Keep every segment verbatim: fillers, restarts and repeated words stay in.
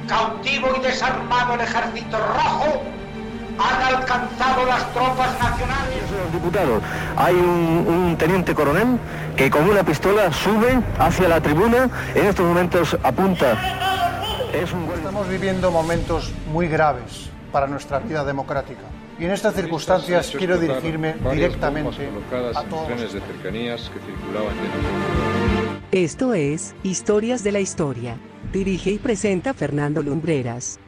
cautivo y desarmado el ejército rojo, han alcanzado las tropas nacionales. Diputados, hay un, un teniente coronel que con una pistola sube hacia la tribuna, en estos momentos apunta. Es un... Estamos viviendo momentos muy graves para nuestra vida democrática. Y en estas circunstancias quiero dirigirme directamente a todos los trenes de cercanías que circulaban de... Esto es Historias de la Historia. Dirige y presenta Fernando Lumbreras.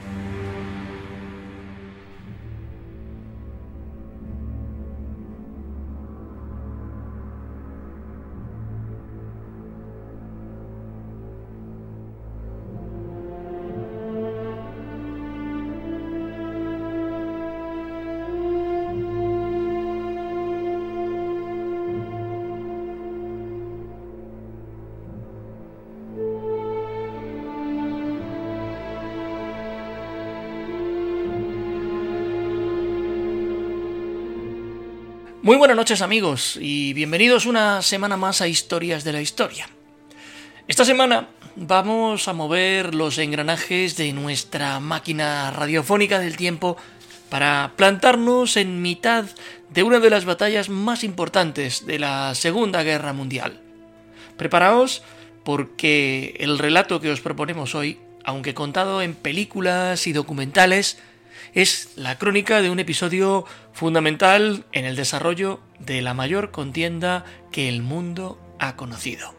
Muy buenas noches amigos y bienvenidos una semana más a Historias de la Historia. Esta semana vamos a mover los engranajes de nuestra máquina radiofónica del tiempo para plantarnos en mitad de una de las batallas más importantes de la Segunda Guerra Mundial. Preparaos porque el relato que os proponemos hoy, aunque contado en películas y documentales, es la crónica de un episodio fundamental en el desarrollo de la mayor contienda que el mundo ha conocido.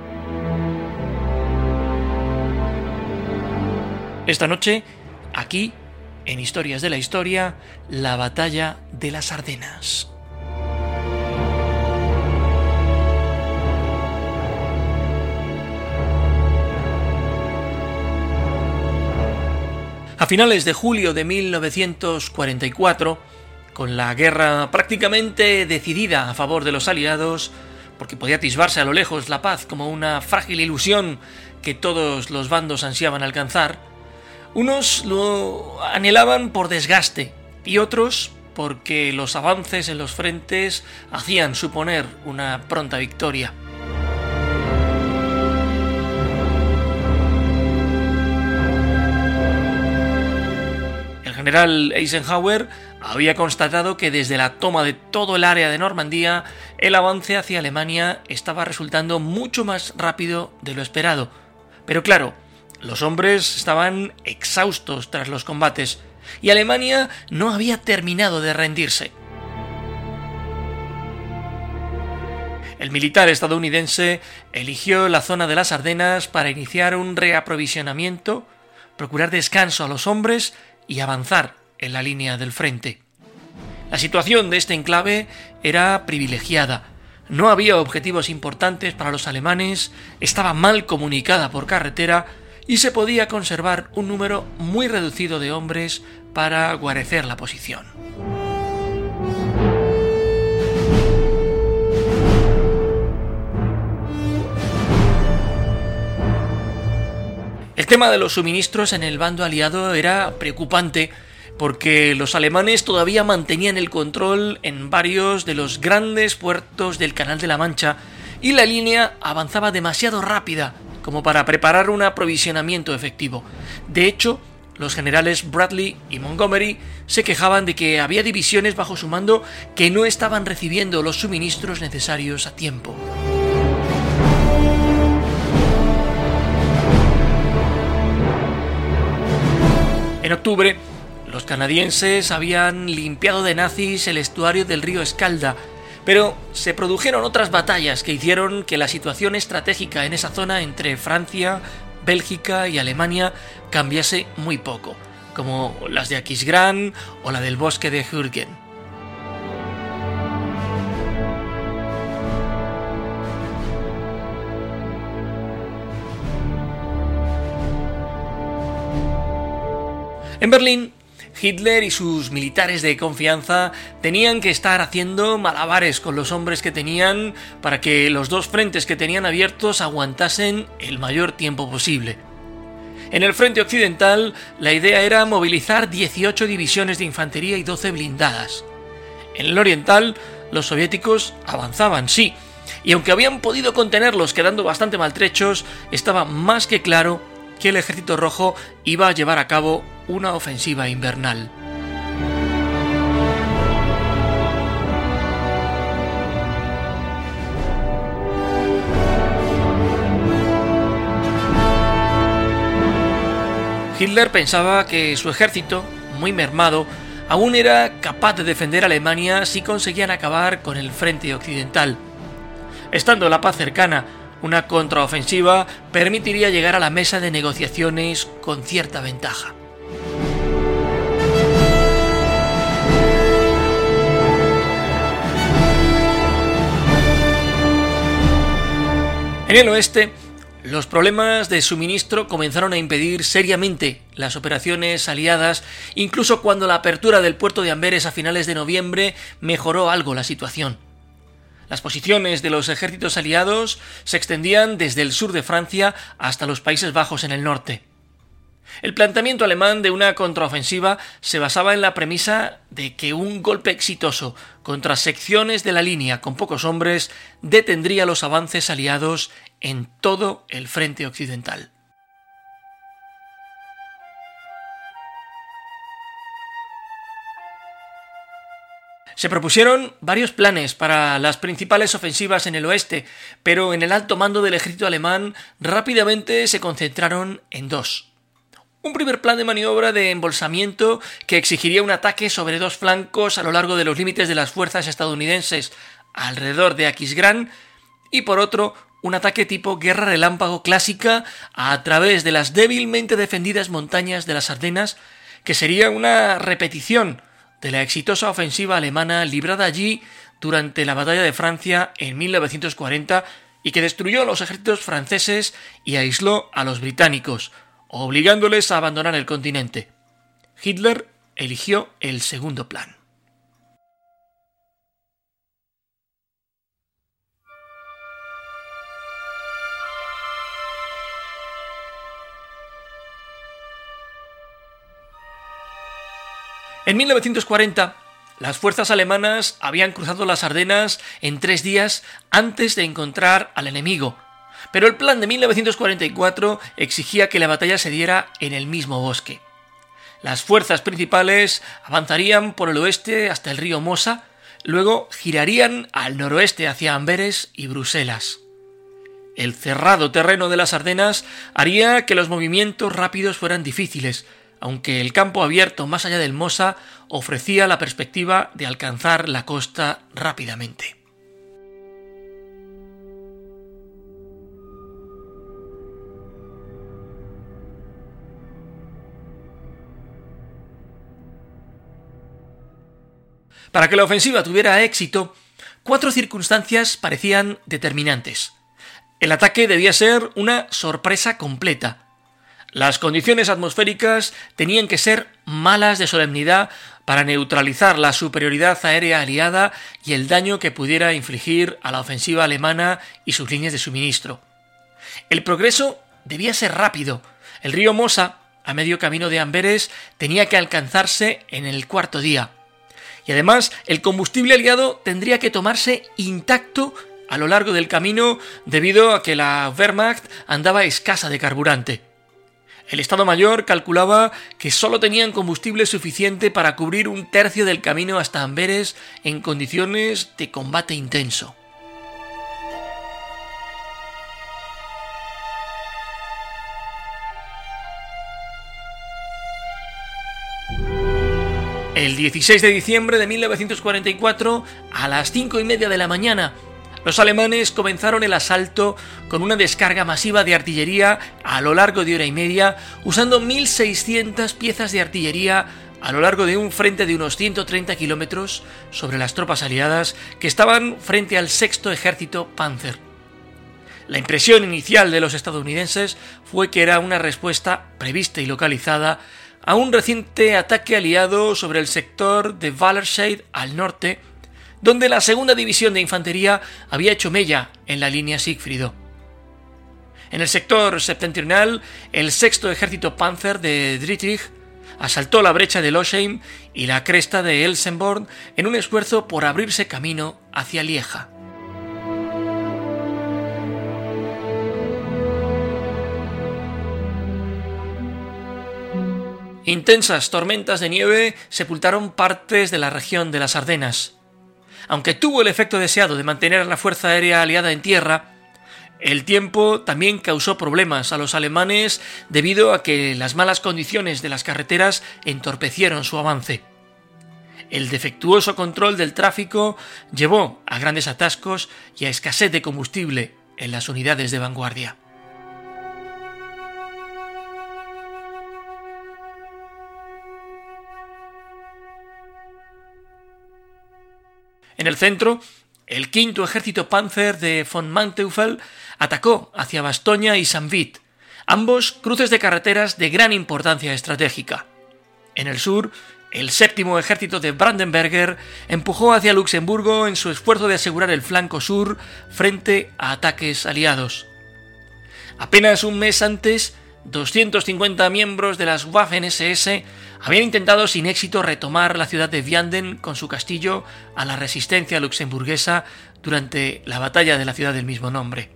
Esta noche, aquí, en Historias de la Historia, la batalla de las Ardenas. A finales de julio de mil novecientos cuarenta y cuatro, con la guerra prácticamente decidida a favor de los aliados, porque podía atisbarse a lo lejos la paz como una frágil ilusión que todos los bandos ansiaban alcanzar, unos lo anhelaban por desgaste y otros porque los avances en los frentes hacían suponer una pronta victoria. El general Eisenhower había constatado que desde la toma de todo el área de Normandía, el avance hacia Alemania estaba resultando mucho más rápido de lo esperado. Pero claro, los hombres estaban exhaustos tras los combates y Alemania no había terminado de rendirse. El militar estadounidense eligió la zona de las Ardenas para iniciar un reaprovisionamiento, procurar descanso a los hombres y avanzar en la línea del frente. La situación de este enclave era privilegiada. No había objetivos importantes para los alemanes, estaba mal comunicada por carretera y se podía conservar un número muy reducido de hombres para guarecer la posición. El tema de los suministros en el bando aliado era preocupante porque los alemanes todavía mantenían el control en varios de los grandes puertos del Canal de la Mancha y la línea avanzaba demasiado rápida como para preparar un aprovisionamiento efectivo. De hecho, los generales Bradley y Montgomery se quejaban de que había divisiones bajo su mando que no estaban recibiendo los suministros necesarios a tiempo. En octubre, los canadienses habían limpiado de nazis el estuario del río Escalda, pero se produjeron otras batallas que hicieron que la situación estratégica en esa zona entre Francia, Bélgica y Alemania cambiase muy poco, como las de Aquisgrán o la del bosque de Jürgen. En Berlín, Hitler y sus militares de confianza tenían que estar haciendo malabares con los hombres que tenían para que los dos frentes que tenían abiertos aguantasen el mayor tiempo posible. En el frente occidental, la idea era movilizar dieciocho divisiones de infantería y doce blindadas. En el oriental, los soviéticos avanzaban, sí, y aunque habían podido contenerlos quedando bastante maltrechos, estaba más que claro que el Ejército Rojo iba a llevar a cabo una ofensiva invernal. Hitler pensaba que su ejército, muy mermado, aún era capaz de defender a Alemania si conseguían acabar con el frente occidental. Estando la paz cercana, una contraofensiva permitiría llegar a la mesa de negociaciones con cierta ventaja. En el oeste, los problemas de suministro comenzaron a impedir seriamente las operaciones aliadas, incluso cuando la apertura del puerto de Amberes a finales de noviembre mejoró algo la situación. Las posiciones de los ejércitos aliados se extendían desde el sur de Francia hasta los Países Bajos en el norte. El planteamiento alemán de una contraofensiva se basaba en la premisa de que un golpe exitoso contra secciones de la línea con pocos hombres detendría los avances aliados en todo el frente occidental. Se propusieron varios planes para las principales ofensivas en el oeste, pero en el alto mando del ejército alemán rápidamente se concentraron en dos. Un primer plan de maniobra de embolsamiento que exigiría un ataque sobre dos flancos a lo largo de los límites de las fuerzas estadounidenses alrededor de Aquisgrán, y por otro, un ataque tipo guerra relámpago clásica a través de las débilmente defendidas montañas de las Ardenas, que sería una repetición de la exitosa ofensiva alemana librada allí durante la Batalla de Francia en mil novecientos cuarenta y que destruyó a los ejércitos franceses y aisló a los británicos, obligándoles a abandonar el continente. Hitler eligió el segundo plan. En mil novecientos cuarenta, las fuerzas alemanas habían cruzado las Ardenas en tres días antes de encontrar al enemigo, pero el plan de mil novecientos cuarenta y cuatro exigía que la batalla se diera en el mismo bosque. Las fuerzas principales avanzarían por el oeste hasta el río Mosa, luego girarían al noroeste hacia Amberes y Bruselas. El cerrado terreno de las Ardenas haría que los movimientos rápidos fueran difíciles, aunque el campo abierto más allá del Mosa ofrecía la perspectiva de alcanzar la costa rápidamente. Para que la ofensiva tuviera éxito, cuatro circunstancias parecían determinantes. El ataque debía ser una sorpresa completa. Las condiciones atmosféricas tenían que ser malas de solemnidad para neutralizar la superioridad aérea aliada y el daño que pudiera infligir a la ofensiva alemana y sus líneas de suministro. El progreso debía ser rápido. El río Mosa, a medio camino de Amberes, tenía que alcanzarse en el cuarto día. Y además, el combustible aliado tendría que tomarse intacto a lo largo del camino debido a que la Wehrmacht andaba escasa de carburante. El Estado Mayor calculaba que solo tenían combustible suficiente para cubrir un tercio del camino hasta Amberes en condiciones de combate intenso. El dieciséis de diciembre de mil novecientos cuarenta y cuatro, a las cinco y media de la mañana, los alemanes comenzaron el asalto con una descarga masiva de artillería a lo largo de hora y media, usando mil seiscientas piezas de artillería a lo largo de un frente de unos ciento treinta kilómetros sobre las tropas aliadas que estaban frente al sexto ejército Panzer. La impresión inicial de los estadounidenses fue que era una respuesta prevista y localizada a un reciente ataque aliado sobre el sector de Wallerscheid al norte, donde la segunda división de infantería había hecho mella en la línea Siegfriedo. En el sector septentrional, el sexto ejército Panzer de Dietrich asaltó la brecha de Losheim y la cresta de Elsenborn en un esfuerzo por abrirse camino hacia Lieja. Intensas tormentas de nieve sepultaron partes de la región de las Ardenas. Aunque tuvo el efecto deseado de mantener a la fuerza aérea aliada en tierra, el tiempo también causó problemas a los alemanes debido a que las malas condiciones de las carreteras entorpecieron su avance. El defectuoso control del tráfico llevó a grandes atascos y a escasez de combustible en las unidades de vanguardia. En el centro, el quinto ejército Panzer de von Manteuffel atacó hacia Bastoña y Saint-Vith, ambos cruces de carreteras de gran importancia estratégica. En el sur, el séptimo ejército de Brandenberger empujó hacia Luxemburgo en su esfuerzo de asegurar el flanco sur frente a ataques aliados. Apenas un mes antes, doscientos cincuenta miembros de las Waffen ese ese habían intentado sin éxito retomar la ciudad de Vianden con su castillo a la resistencia luxemburguesa durante la batalla de la ciudad del mismo nombre.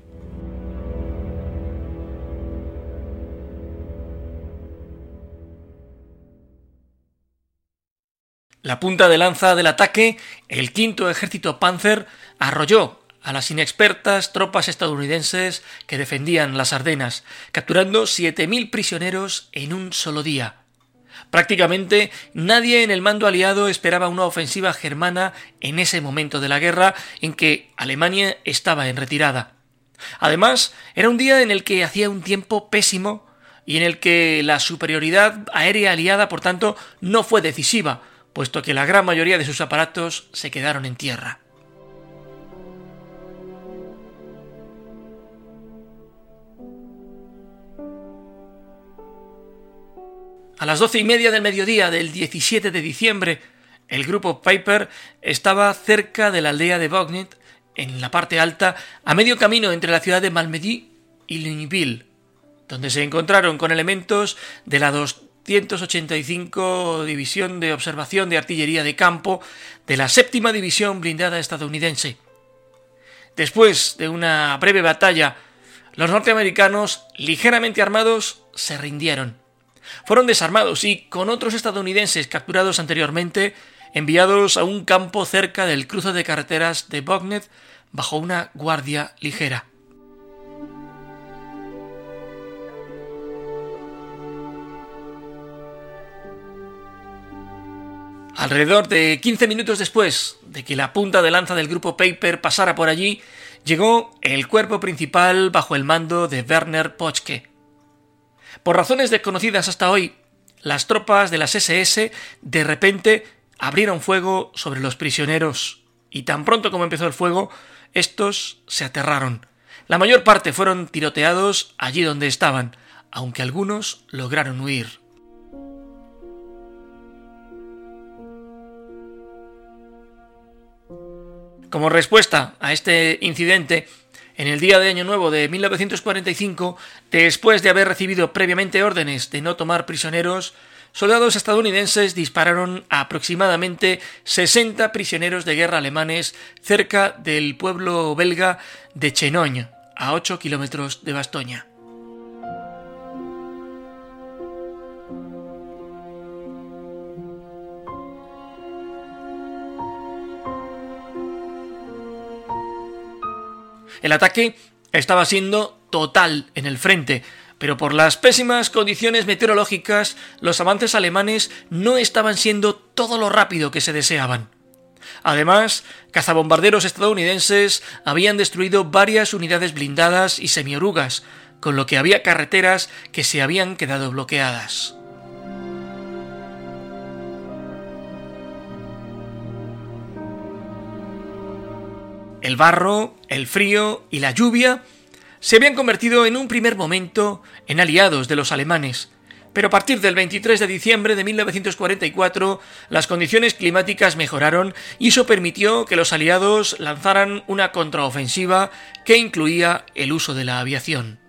La punta de lanza del ataque, el quinto ejército Panzer, arrolló a las inexpertas tropas estadounidenses que defendían las Ardenas, capturando siete mil prisioneros en un solo día. Prácticamente nadie en el mando aliado esperaba una ofensiva germana en ese momento de la guerra en que Alemania estaba en retirada. Además, era un día en el que hacía un tiempo pésimo y en el que la superioridad aérea aliada, por tanto, no fue decisiva, puesto que la gran mayoría de sus aparatos se quedaron en tierra. A las doce y media del mediodía del diecisiete de diciembre, el grupo Peiper estaba cerca de la aldea de Bognet, en la parte alta, a medio camino entre la ciudad de Malmedy y Lunéville, donde se encontraron con elementos de la doscientos ochenta y cinco División de Observación de Artillería de Campo de la séptima División Blindada estadounidense. Después de una breve batalla, los norteamericanos, ligeramente armados, se rindieron. Fueron desarmados y, con otros estadounidenses capturados anteriormente, enviados a un campo cerca del cruce de carreteras de Bognet bajo una guardia ligera. Alrededor de quince minutos después de que la punta de lanza del grupo Peiper pasara por allí, llegó el cuerpo principal bajo el mando de Werner Pötzke. Por razones desconocidas hasta hoy, las tropas de las ese ese de repente abrieron fuego sobre los prisioneros y tan pronto como empezó el fuego, estos se aterraron. La mayor parte fueron tiroteados allí donde estaban, aunque algunos lograron huir. Como respuesta a este incidente, en el día de Año Nuevo de mil novecientos cuarenta y cinco, después de haber recibido previamente órdenes de no tomar prisioneros, soldados estadounidenses dispararon a aproximadamente sesenta prisioneros de guerra alemanes cerca del pueblo belga de Chenogne, a ocho kilómetros de Bastoña. El ataque estaba siendo total en el frente, pero por las pésimas condiciones meteorológicas, los avances alemanes no estaban siendo todo lo rápido que se deseaban. Además, cazabombarderos estadounidenses habían destruido varias unidades blindadas y semiorugas, con lo que había carreteras que se habían quedado bloqueadas. El barro, el frío y la lluvia se habían convertido en un primer momento en aliados de los alemanes, pero a partir del veintitrés de diciembre de mil novecientos cuarenta y cuatro las condiciones climáticas mejoraron y eso permitió que los aliados lanzaran una contraofensiva que incluía el uso de la aviación.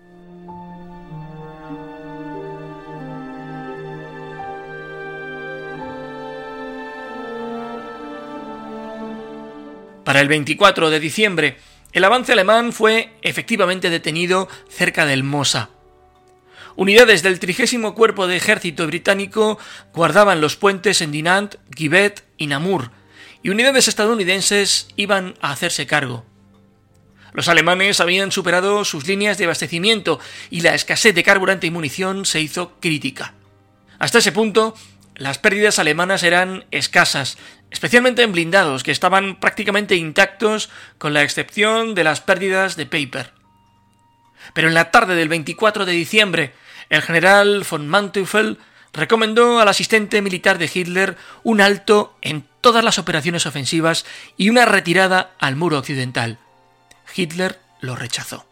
Para el veinticuatro de diciembre, el avance alemán fue efectivamente detenido cerca del Mosa. Unidades del trigésimo Cuerpo de Ejército británico guardaban los puentes en Dinant, Givet y Namur, y unidades estadounidenses iban a hacerse cargo. Los alemanes habían superado sus líneas de abastecimiento y la escasez de carburante y munición se hizo crítica. Hasta ese punto, las pérdidas alemanas eran escasas, especialmente en blindados, que estaban prácticamente intactos con la excepción de las pérdidas de Paper. Pero en la tarde del veinticuatro de diciembre, el general von Manteuffel recomendó al asistente militar de Hitler un alto en todas las operaciones ofensivas y una retirada al muro occidental. Hitler lo rechazó.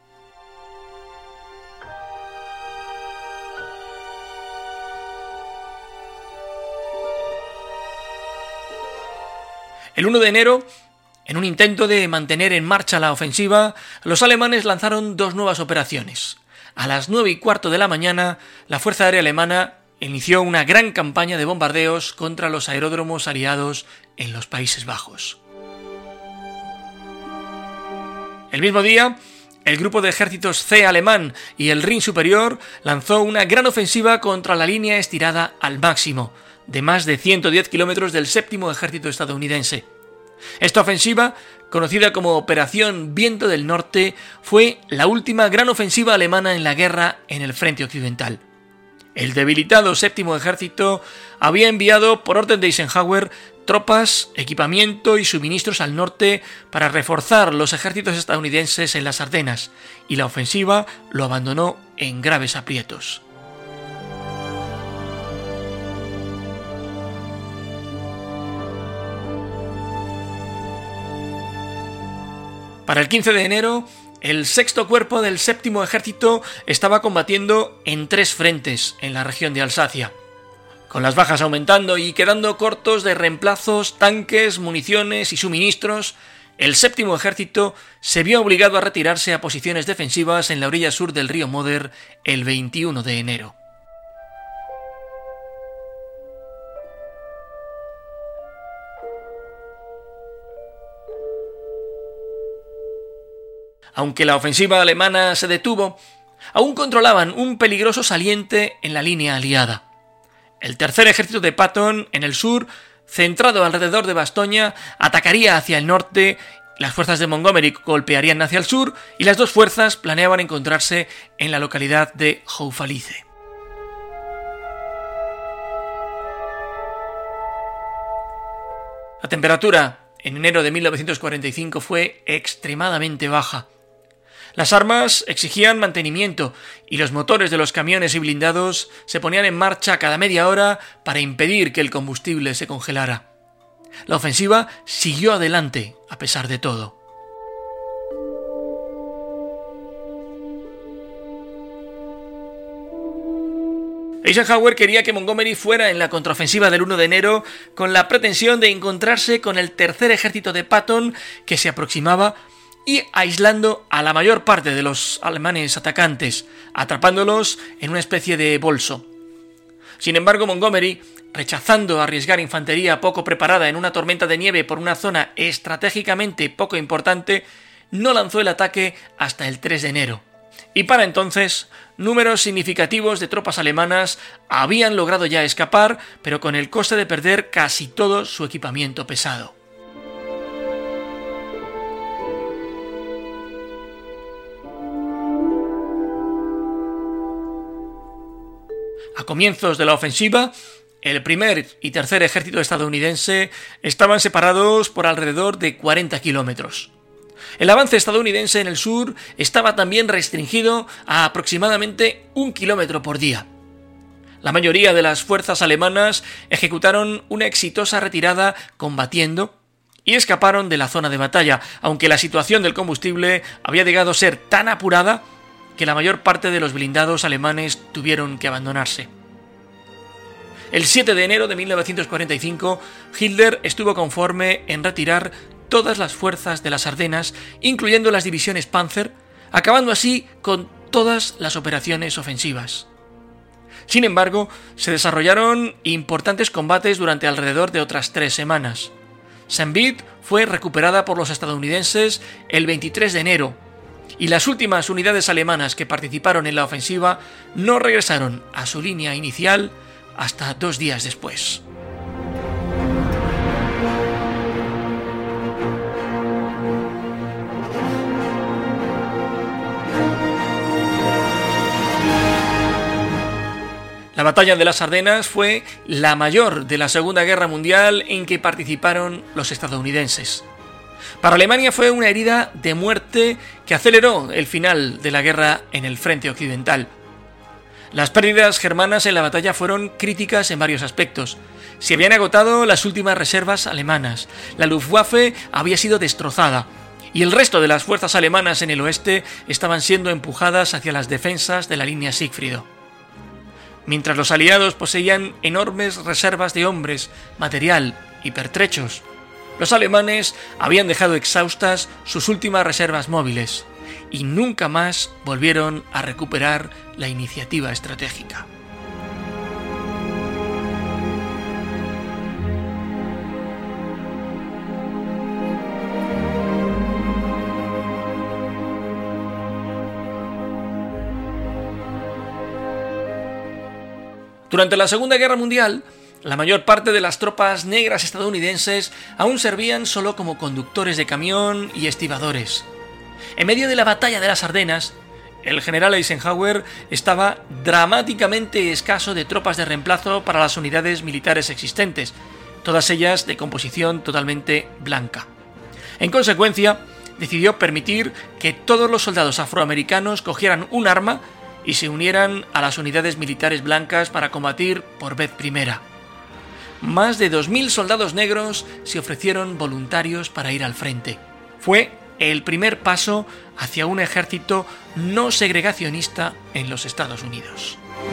El uno de enero, en un intento de mantener en marcha la ofensiva, los alemanes lanzaron dos nuevas operaciones. A las nueve y cuarto de la mañana, la Fuerza Aérea Alemana inició una gran campaña de bombardeos contra los aeródromos aliados en los Países Bajos. El mismo día, el grupo de ejércitos C alemán y el Rin superior lanzó una gran ofensiva contra la línea estirada al máximo, de más de ciento diez kilómetros del séptimo ejército estadounidense. Esta ofensiva, conocida como Operación Viento del Norte, fue la última gran ofensiva alemana en la guerra en el frente occidental. El debilitado séptimo ejército había enviado por orden de Eisenhower tropas, equipamiento y suministros al norte para reforzar los ejércitos estadounidenses en las Ardenas, y la ofensiva lo abandonó en graves aprietos. Para el quince de enero, el sexto cuerpo del séptimo ejército estaba combatiendo en tres frentes en la región de Alsacia. Con las bajas aumentando y quedando cortos de reemplazos, tanques, municiones y suministros, el séptimo ejército se vio obligado a retirarse a posiciones defensivas en la orilla sur del río Moder el veintiuno de enero. Aunque la ofensiva alemana se detuvo, aún controlaban un peligroso saliente en la línea aliada. El tercer ejército de Patton, en el sur, centrado alrededor de Bastoña, atacaría hacia el norte, las fuerzas de Montgomery golpearían hacia el sur y las dos fuerzas planeaban encontrarse en la localidad de Houffalize. La temperatura en enero de mil novecientos cuarenta y cinco fue extremadamente baja. Las armas exigían mantenimiento y los motores de los camiones y blindados se ponían en marcha cada media hora para impedir que el combustible se congelara. La ofensiva siguió adelante a pesar de todo. Eisenhower quería que Montgomery fuera en la contraofensiva del uno de enero con la pretensión de encontrarse con el tercer ejército de Patton que se aproximaba y aislando a la mayor parte de los alemanes atacantes, atrapándolos en una especie de bolso. Sin embargo, Montgomery, rechazando arriesgar infantería poco preparada en una tormenta de nieve por una zona estratégicamente poco importante, no lanzó el ataque hasta el tres de enero. Y para entonces, números significativos de tropas alemanas habían logrado ya escapar, pero con el coste de perder casi todo su equipamiento pesado. A comienzos de la ofensiva, el primer y tercer ejército estadounidense estaban separados por alrededor de cuarenta kilómetros. El avance estadounidense en el sur estaba también restringido a aproximadamente un kilómetro por día. La mayoría de las fuerzas alemanas ejecutaron una exitosa retirada combatiendo y escaparon de la zona de batalla, aunque la situación del combustible había llegado a ser tan apurada que la mayor parte de los blindados alemanes tuvieron que abandonarse. El siete de enero de mil novecientos cuarenta y cinco, Hitler estuvo conforme en retirar todas las fuerzas de las Ardenas, incluyendo las divisiones Panzer, acabando así con todas las operaciones ofensivas. Sin embargo, se desarrollaron importantes combates durante alrededor de otras tres semanas. Saint-Vith fue recuperada por los estadounidenses el veintitrés de enero, y las últimas unidades alemanas que participaron en la ofensiva no regresaron a su línea inicial hasta dos días después. La batalla de las Ardenas fue la mayor de la Segunda Guerra Mundial en que participaron los estadounidenses. Para Alemania fue una herida de muerte que aceleró el final de la guerra en el frente occidental. Las pérdidas germanas en la batalla fueron críticas en varios aspectos. Se habían agotado las últimas reservas alemanas, la Luftwaffe había sido destrozada y el resto de las fuerzas alemanas en el oeste estaban siendo empujadas hacia las defensas de la línea Siegfried. Mientras los aliados poseían enormes reservas de hombres, material y pertrechos, los alemanes habían dejado exhaustas sus últimas reservas móviles y nunca más volvieron a recuperar la iniciativa estratégica. Durante la Segunda Guerra Mundial, la mayor parte de las tropas negras estadounidenses aún servían solo como conductores de camión y estibadores. En medio de la batalla de las Ardenas, el general Eisenhower estaba dramáticamente escaso de tropas de reemplazo para las unidades militares existentes, todas ellas de composición totalmente blanca. En consecuencia, decidió permitir que todos los soldados afroamericanos cogieran un arma y se unieran a las unidades militares blancas para combatir por vez primera. Más de dos mil soldados negros se ofrecieron voluntarios para ir al frente. Fue el primer paso hacia un ejército no segregacionista en los Estados Unidos.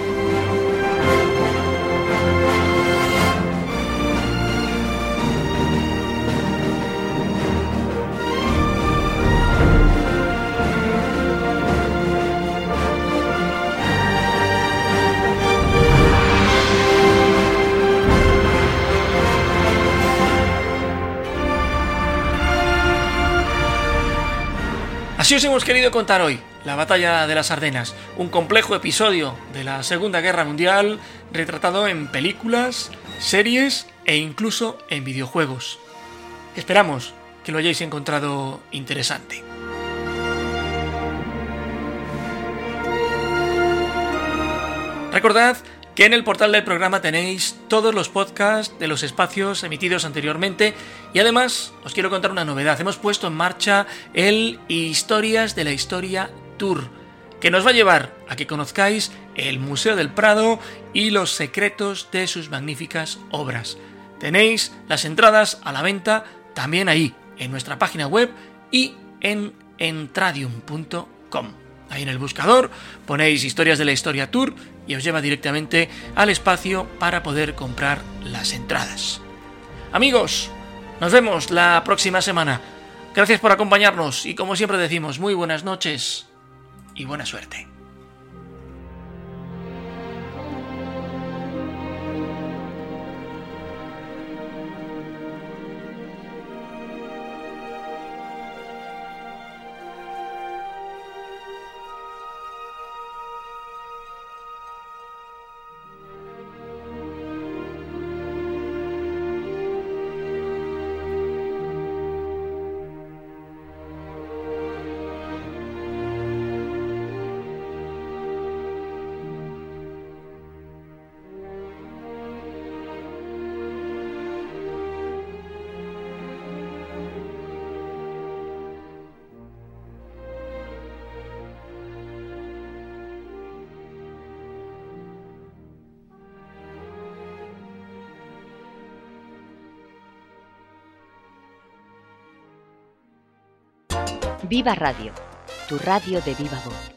Así os hemos querido contar hoy la batalla de las Ardenas, un complejo episodio de la Segunda Guerra Mundial retratado en películas, series e incluso en videojuegos. Esperamos que lo hayáis encontrado interesante. Recordad que en el portal del programa tenéis todos los podcasts de los espacios emitidos anteriormente y además os quiero contar una novedad. Hemos puesto en marcha el Historias de la Historia Tour, que nos va a llevar a que conozcáis el Museo del Prado y los secretos de sus magníficas obras. Tenéis las entradas a la venta también ahí, en nuestra página web y en entradium punto com. Ahí en el buscador ponéis Historias de la Historia Tour y os lleva directamente al espacio para poder comprar las entradas. Amigos, nos vemos la próxima semana. Gracias por acompañarnos y como siempre decimos, muy buenas noches y buena suerte. Viva Radio, tu radio de viva voz.